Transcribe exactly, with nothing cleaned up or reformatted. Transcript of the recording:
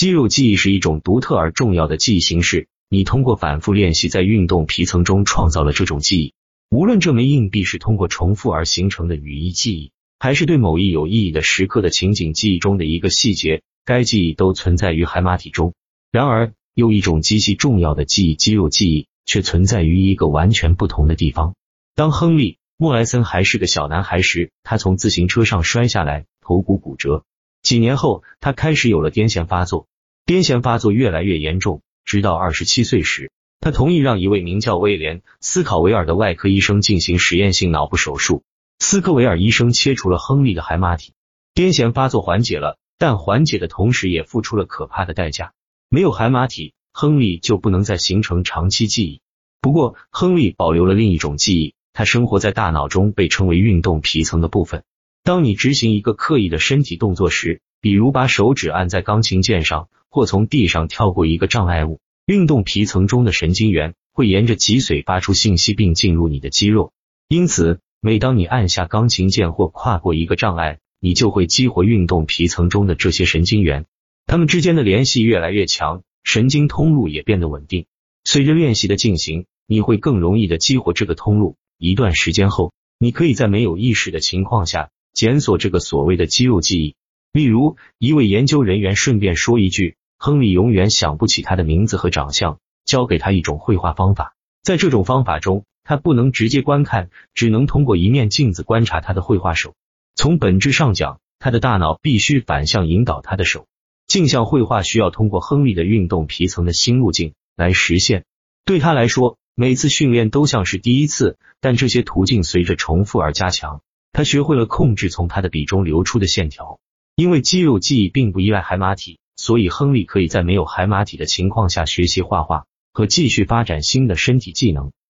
肌肉记忆是一种独特而重要的记忆形式，你通过反复练习在运动皮层中创造了这种记忆。无论这枚硬币是通过重复而形成的语义记忆，还是对某一有意义的时刻的情景记忆中的一个细节，该记忆都存在于海马体中。然而，又一种极其重要的记忆——肌肉记忆，却存在于一个完全不同的地方。当亨利·莫莱森还是个小男孩时，他从自行车上摔下来，头骨骨折。几年后，他开始有了癫痫发作，癫痫发作越来越严重，直到二十七岁时，他同意让一位名叫威廉·斯考维尔的外科医生进行实验性脑部手术。斯科维尔医生切除了亨利的海马体，癫痫发作缓解了，但缓解的同时也付出了可怕的代价。没有海马体，亨利就不能再形成长期记忆。不过，亨利保留了另一种记忆，它生活在大脑中，被称为运动皮层的部分。当你执行一个刻意的身体动作时，比如把手指按在钢琴键上，或从地上跳过一个障碍物，运动皮层中的神经元会沿着脊髓发出信息并进入你的肌肉。因此，每当你按下钢琴键或跨过一个障碍，你就会激活运动皮层中的这些神经元。它们之间的联系越来越强，神经通路也变得稳定。随着练习的进行，你会更容易的激活这个通路。一段时间后，你可以在没有意识的情况下检索这个所谓的肌肉记忆。例如，一位研究人员顺便说一句，亨利永远想不起他的名字和长相，教给他一种绘画方法。在这种方法中，他不能直接观看，只能通过一面镜子观察他的绘画手。从本质上讲，他的大脑必须反向引导他的手。镜像绘画需要通过亨利的运动皮层的新路径来实现。对他来说，每次训练都像是第一次，但这些途径随着重复而加强。他学会了控制从他的笔中流出的线条。因为肌肉记忆并不依赖海马体，所以亨利可以在没有海马体的情况下学习画画和继续发展新的身体技能。